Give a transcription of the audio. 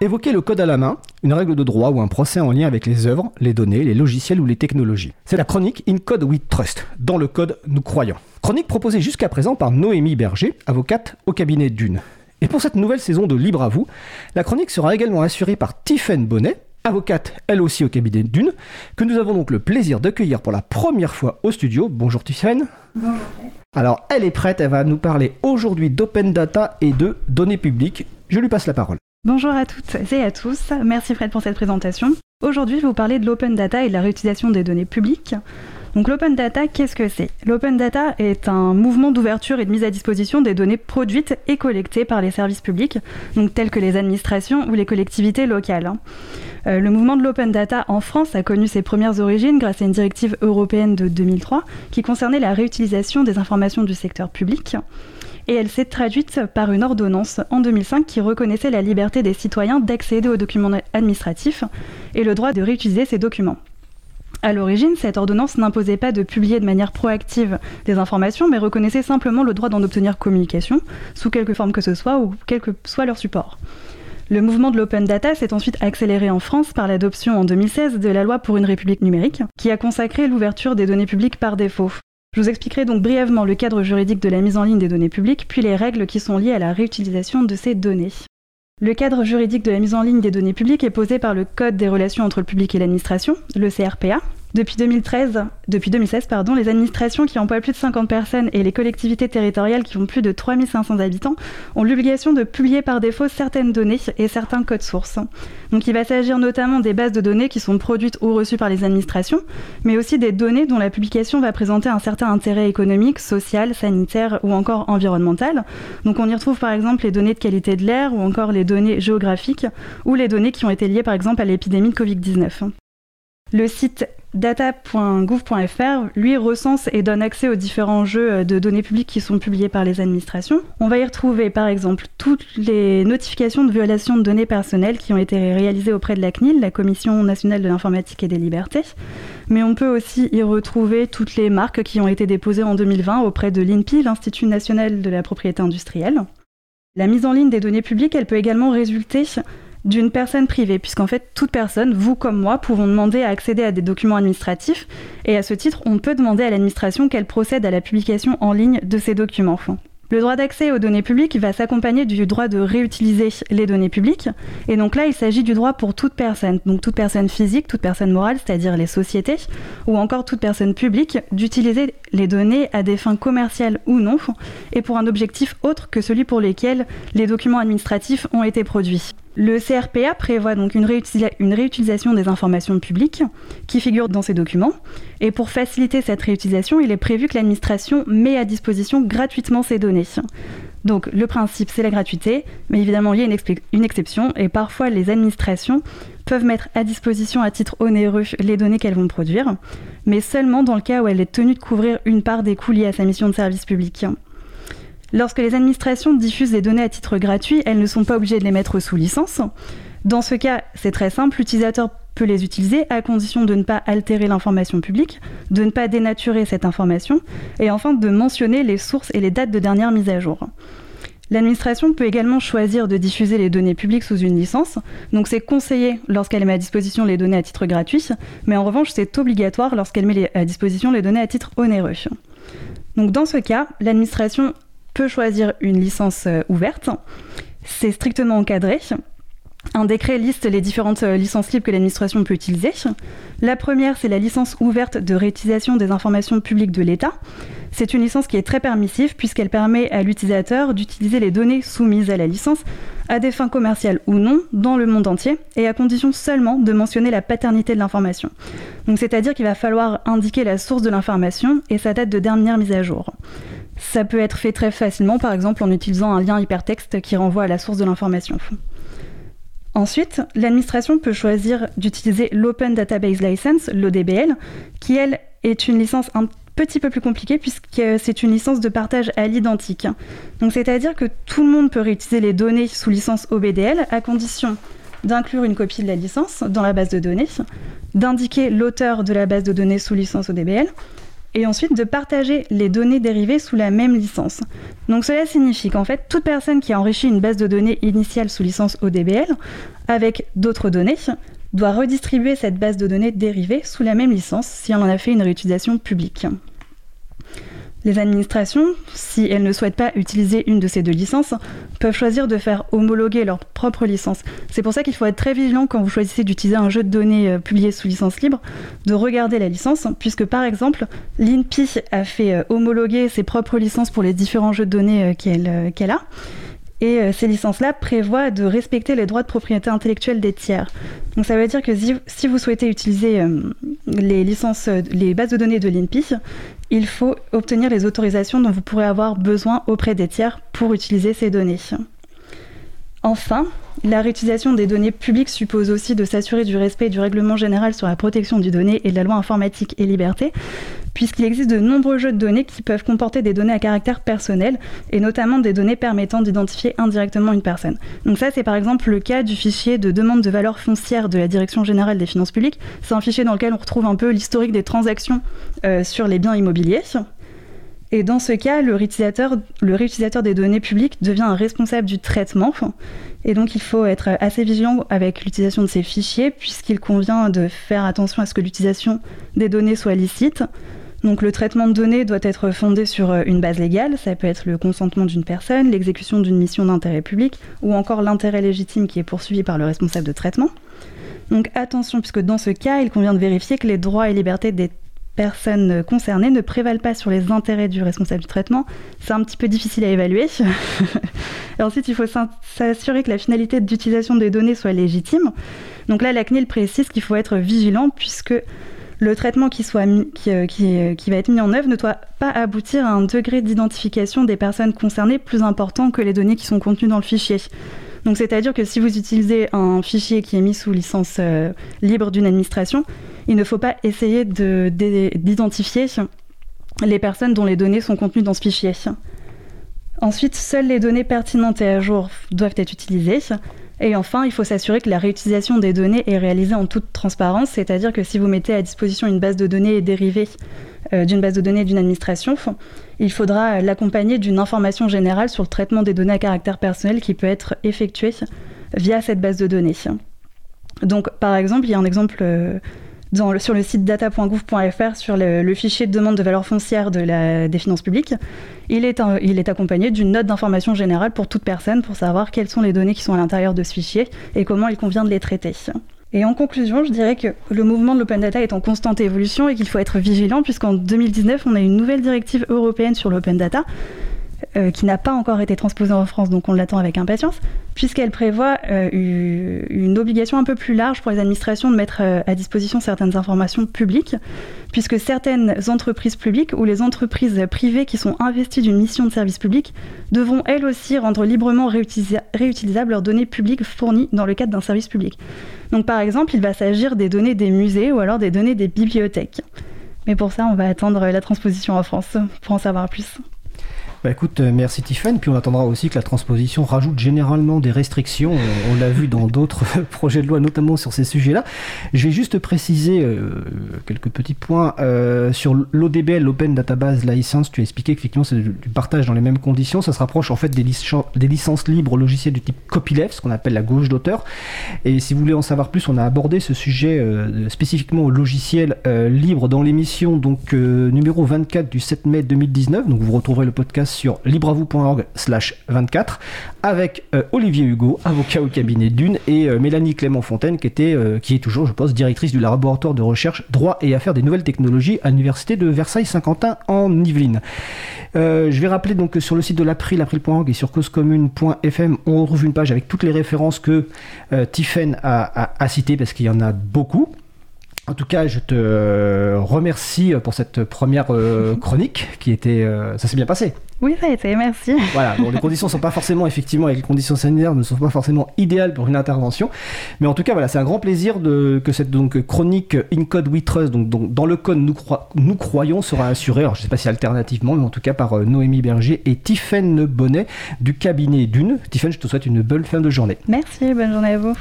Évoquer le code à la main, une règle de droit ou un procès en lien avec les œuvres, les données, les logiciels ou les technologies. C'est la chronique In Code We Trust. Dans le code, nous croyons. Chronique proposée jusqu'à présent par Noémie Berger, avocate au cabinet Dune. Et pour cette nouvelle saison de Libre à vous, la chronique sera également assurée par Tiffaine Bonnet, avocate elle aussi au cabinet Dune, que nous avons donc le plaisir d'accueillir pour la première fois au studio. Bonjour Tiffaine. Bonjour. Alors elle est prête, elle va nous parler aujourd'hui d'open data et de données publiques. Je lui passe la parole. Bonjour à toutes et à tous, merci Fred pour cette présentation. Aujourd'hui, je vais vous parler de l'open data et de la réutilisation des données publiques. Donc l'open data, qu'est-ce que c'est ? L'open data est un mouvement d'ouverture et de mise à disposition des données produites et collectées par les services publics, donc tels que les administrations ou les collectivités locales. Le mouvement de l'open data en France a connu ses premières origines grâce à une directive européenne de 2003 qui concernait la réutilisation des informations du secteur public. Et elle s'est traduite par une ordonnance en 2005 qui reconnaissait la liberté des citoyens d'accéder aux documents administratifs et le droit de réutiliser ces documents. À l'origine, cette ordonnance n'imposait pas de publier de manière proactive des informations, mais reconnaissait simplement le droit d'en obtenir communication, sous quelque forme que ce soit ou quel que soit leur support. Le mouvement de l'open data s'est ensuite accéléré en France par l'adoption en 2016 de la loi pour une république numérique, qui a consacré l'ouverture des données publiques par défaut. Je vous expliquerai donc brièvement le cadre juridique de la mise en ligne des données publiques, puis les règles qui sont liées à la réutilisation de ces données. Le cadre juridique de la mise en ligne des données publiques est posé par le Code des relations entre le public et l'administration, le CRPA. Depuis 2016, les administrations qui emploient plus de 50 personnes et les collectivités territoriales qui ont plus de 3500 habitants ont l'obligation de publier par défaut certaines données et certains codes sources. Donc il va s'agir notamment des bases de données qui sont produites ou reçues par les administrations, mais aussi des données dont la publication va présenter un certain intérêt économique, social, sanitaire ou encore environnemental. Donc on y retrouve par exemple les données de qualité de l'air ou encore les données géographiques ou les données qui ont été liées par exemple à l'épidémie de Covid-19. Le site data.gouv.fr, lui, recense et donne accès aux différents jeux de données publiques qui sont publiés par les administrations. On va y retrouver, par exemple, toutes les notifications de violation de données personnelles qui ont été réalisées auprès de la CNIL, la Commission nationale de l'informatique et des libertés. Mais on peut aussi y retrouver toutes les marques qui ont été déposées en 2020 auprès de l'INPI, l'Institut national de la propriété industrielle. La mise en ligne des données publiques, elle peut également résulter d'une personne privée, puisqu'en fait, toute personne, vous comme moi, pouvons demander à accéder à des documents administratifs, et à ce titre, on peut demander à l'administration qu'elle procède à la publication en ligne de ces documents. Le droit d'accès aux données publiques va s'accompagner du droit de réutiliser les données publiques, et donc là, il s'agit du droit pour toute personne, donc toute personne physique, toute personne morale, c'est-à-dire les sociétés, ou encore toute personne publique, d'utiliser les données à des fins commerciales ou non, et pour un objectif autre que celui pour lequel les documents administratifs ont été produits. Le CRPA prévoit donc une réutilisation des informations publiques qui figurent dans ces documents. Et pour faciliter cette réutilisation, il est prévu que l'administration met à disposition gratuitement ces données. Donc le principe, c'est la gratuité, mais évidemment il y a une exception, et parfois les administrations peuvent mettre à disposition à titre onéreux les données qu'elles vont produire, mais seulement dans le cas où elle est tenue de couvrir une part des coûts liés à sa mission de service public. Lorsque les administrations diffusent des données à titre gratuit, elles ne sont pas obligées de les mettre sous licence. Dans ce cas, c'est très simple, l'utilisateur peut les utiliser à condition de ne pas altérer l'information publique, de ne pas dénaturer cette information, et enfin de mentionner les sources et les dates de dernière mise à jour. L'administration peut également choisir de diffuser les données publiques sous une licence, donc c'est conseillé lorsqu'elle met à disposition les données à titre gratuit, mais en revanche c'est obligatoire lorsqu'elle met à disposition les données à titre onéreux. Donc dans ce cas, l'administration peut choisir une licence ouverte. C'est strictement encadré. Un décret liste les différentes licences libres que l'administration peut utiliser. La première, c'est la licence ouverte de réutilisation des informations publiques de l'État. C'est une licence qui est très permissive puisqu'elle permet à l'utilisateur d'utiliser les données soumises à la licence à des fins commerciales ou non dans le monde entier et à condition seulement de mentionner la paternité de l'information. Donc, c'est-à-dire qu'il va falloir indiquer la source de l'information et sa date de dernière mise à jour. Ça peut être fait très facilement, par exemple en utilisant un lien hypertexte qui renvoie à la source de l'information. Ensuite, l'administration peut choisir d'utiliser l'Open Database License, l'ODBL, qui, elle, est une licence un petit peu plus compliquée puisque c'est une licence de partage à l'identique. Donc, c'est-à-dire que tout le monde peut réutiliser les données sous licence OBDL à condition d'inclure une copie de la licence dans la base de données, d'indiquer l'auteur de la base de données sous licence ODBL, et ensuite de partager les données dérivées sous la même licence. Donc cela signifie qu'en fait, toute personne qui a enrichi une base de données initiale sous licence ODBL avec d'autres données doit redistribuer cette base de données dérivée sous la même licence si on en a fait une réutilisation publique. Les administrations, si elles ne souhaitent pas utiliser une de ces deux licences, peuvent choisir de faire homologuer leur propre licence. C'est pour ça qu'il faut être très vigilant quand vous choisissez d'utiliser un jeu de données publié sous licence libre, de regarder la licence, puisque par exemple, l'INPI a fait homologuer ses propres licences pour les différents jeux de données qu'elle a. Et ces licences-là prévoient de respecter les droits de propriété intellectuelle des tiers. Donc ça veut dire que si vous souhaitez utiliser les bases de données de l'INPI, il faut obtenir les autorisations dont vous pourrez avoir besoin auprès des tiers pour utiliser ces données. Enfin, la réutilisation des données publiques suppose aussi de s'assurer du respect du règlement général sur la protection des données et de la loi informatique et liberté, puisqu'il existe de nombreux jeux de données qui peuvent comporter des données à caractère personnel, et notamment des données permettant d'identifier indirectement une personne. Donc ça, c'est par exemple le cas du fichier de demande de valeur foncière de la Direction générale des finances publiques. C'est un fichier dans lequel on retrouve un peu l'historique des transactions sur les biens immobiliers. Et dans ce cas, le réutilisateur des données publiques devient un responsable du traitement. Et donc, il faut être assez vigilant avec l'utilisation de ces fichiers, puisqu'il convient de faire attention à ce que l'utilisation des données soit licite. Donc, le traitement de données doit être fondé sur une base légale. Ça peut être le consentement d'une personne, l'exécution d'une mission d'intérêt public, ou encore l'intérêt légitime qui est poursuivi par le responsable de traitement. Donc, attention, puisque dans ce cas, il convient de vérifier que les droits et libertés des personnes concernées ne prévalent pas sur les intérêts du responsable du traitement. C'est un petit peu difficile à évaluer. Et ensuite, il faut s'assurer que la finalité d'utilisation des données soit légitime. Donc là, la CNIL précise qu'il faut être vigilant puisque le traitement qui va être mis en œuvre ne doit pas aboutir à un degré d'identification des personnes concernées plus important que les données qui sont contenues dans le fichier. Donc c'est-à-dire que si vous utilisez un fichier qui est mis sous licence libre d'une administration, il ne faut pas essayer d'identifier les personnes dont les données sont contenues dans ce fichier. Ensuite, seules les données pertinentes et à jour doivent être utilisées. Et enfin, il faut s'assurer que la réutilisation des données est réalisée en toute transparence, c'est-à-dire que si vous mettez à disposition une base de données dérivée d'une base de données d'une administration, il faudra l'accompagner d'une information générale sur le traitement des données à caractère personnel qui peut être effectué via cette base de données. Donc, par exemple, il y a un exemple sur le site data.gouv.fr sur le fichier de demande de valeur foncière des finances publiques. Il est accompagné d'une note d'information générale pour toute personne pour savoir quelles sont les données qui sont à l'intérieur de ce fichier et comment il convient de les traiter. Et en conclusion, je dirais que le mouvement de l'open data est en constante évolution et qu'il faut être vigilant puisqu'en 2019, on a une nouvelle directive européenne sur l'open data qui n'a pas encore été transposée en France, donc on l'attend avec impatience, puisqu'elle prévoit une obligation un peu plus large pour les administrations de mettre à disposition certaines informations publiques, puisque certaines entreprises publiques ou les entreprises privées qui sont investies d'une mission de service public devront elles aussi rendre librement réutilisables leurs données publiques fournies dans le cadre d'un service public. Donc par exemple, il va s'agir des données des musées ou alors des données des bibliothèques. Mais pour ça, on va attendre la transposition en France pour en savoir plus. Bah écoute, merci Tiffen, puis on attendra aussi que la transposition rajoute généralement des restrictions, on l'a vu dans d'autres projets de loi, notamment sur ces sujets-là. Je vais juste préciser quelques petits points sur l'ODBL, l'Open Database License. Tu as expliqué qu'effectivement c'est du partage dans les mêmes conditions, ça se rapproche en fait des licences libres logicielles du type copyleft, ce qu'on appelle la gauche d'auteur. Et si vous voulez en savoir plus, on a abordé ce sujet spécifiquement au logiciel libre dans l'émission donc numéro 24 du 7 mai 2019, donc vous retrouverez le podcast sur libreavoue.org/24 avec Olivier Hugo, avocat au cabinet Dune, et Mélanie Clément-Fontaine qui est toujours, je pense, directrice du laboratoire de recherche droit et affaires des nouvelles technologies à l'université de Versailles-Saint-Quentin en Yvelines. Je vais rappeler donc que sur le site de l'April.org et sur causecommune.fm, on retrouve une page avec toutes les références que Tiffen a citées parce qu'il y en a beaucoup. En tout cas, je te remercie pour cette première chronique qui était... ça s'est bien passé. Oui, ça a été, merci. Voilà, bon, les conditions sont pas forcément, effectivement, avec les conditions sanitaires, ne sont pas forcément idéales pour une intervention. Mais en tout cas, voilà, c'est un grand plaisir que cette donc, chronique In Code We Trust, donc dans le code nous croyons, sera assurée, alors je sais pas si alternativement, mais en tout cas par Noémie Berger et Tiffen Bonnet du cabinet Dune. Tiffen, je te souhaite une bonne fin de journée. Merci, bonne journée à vous.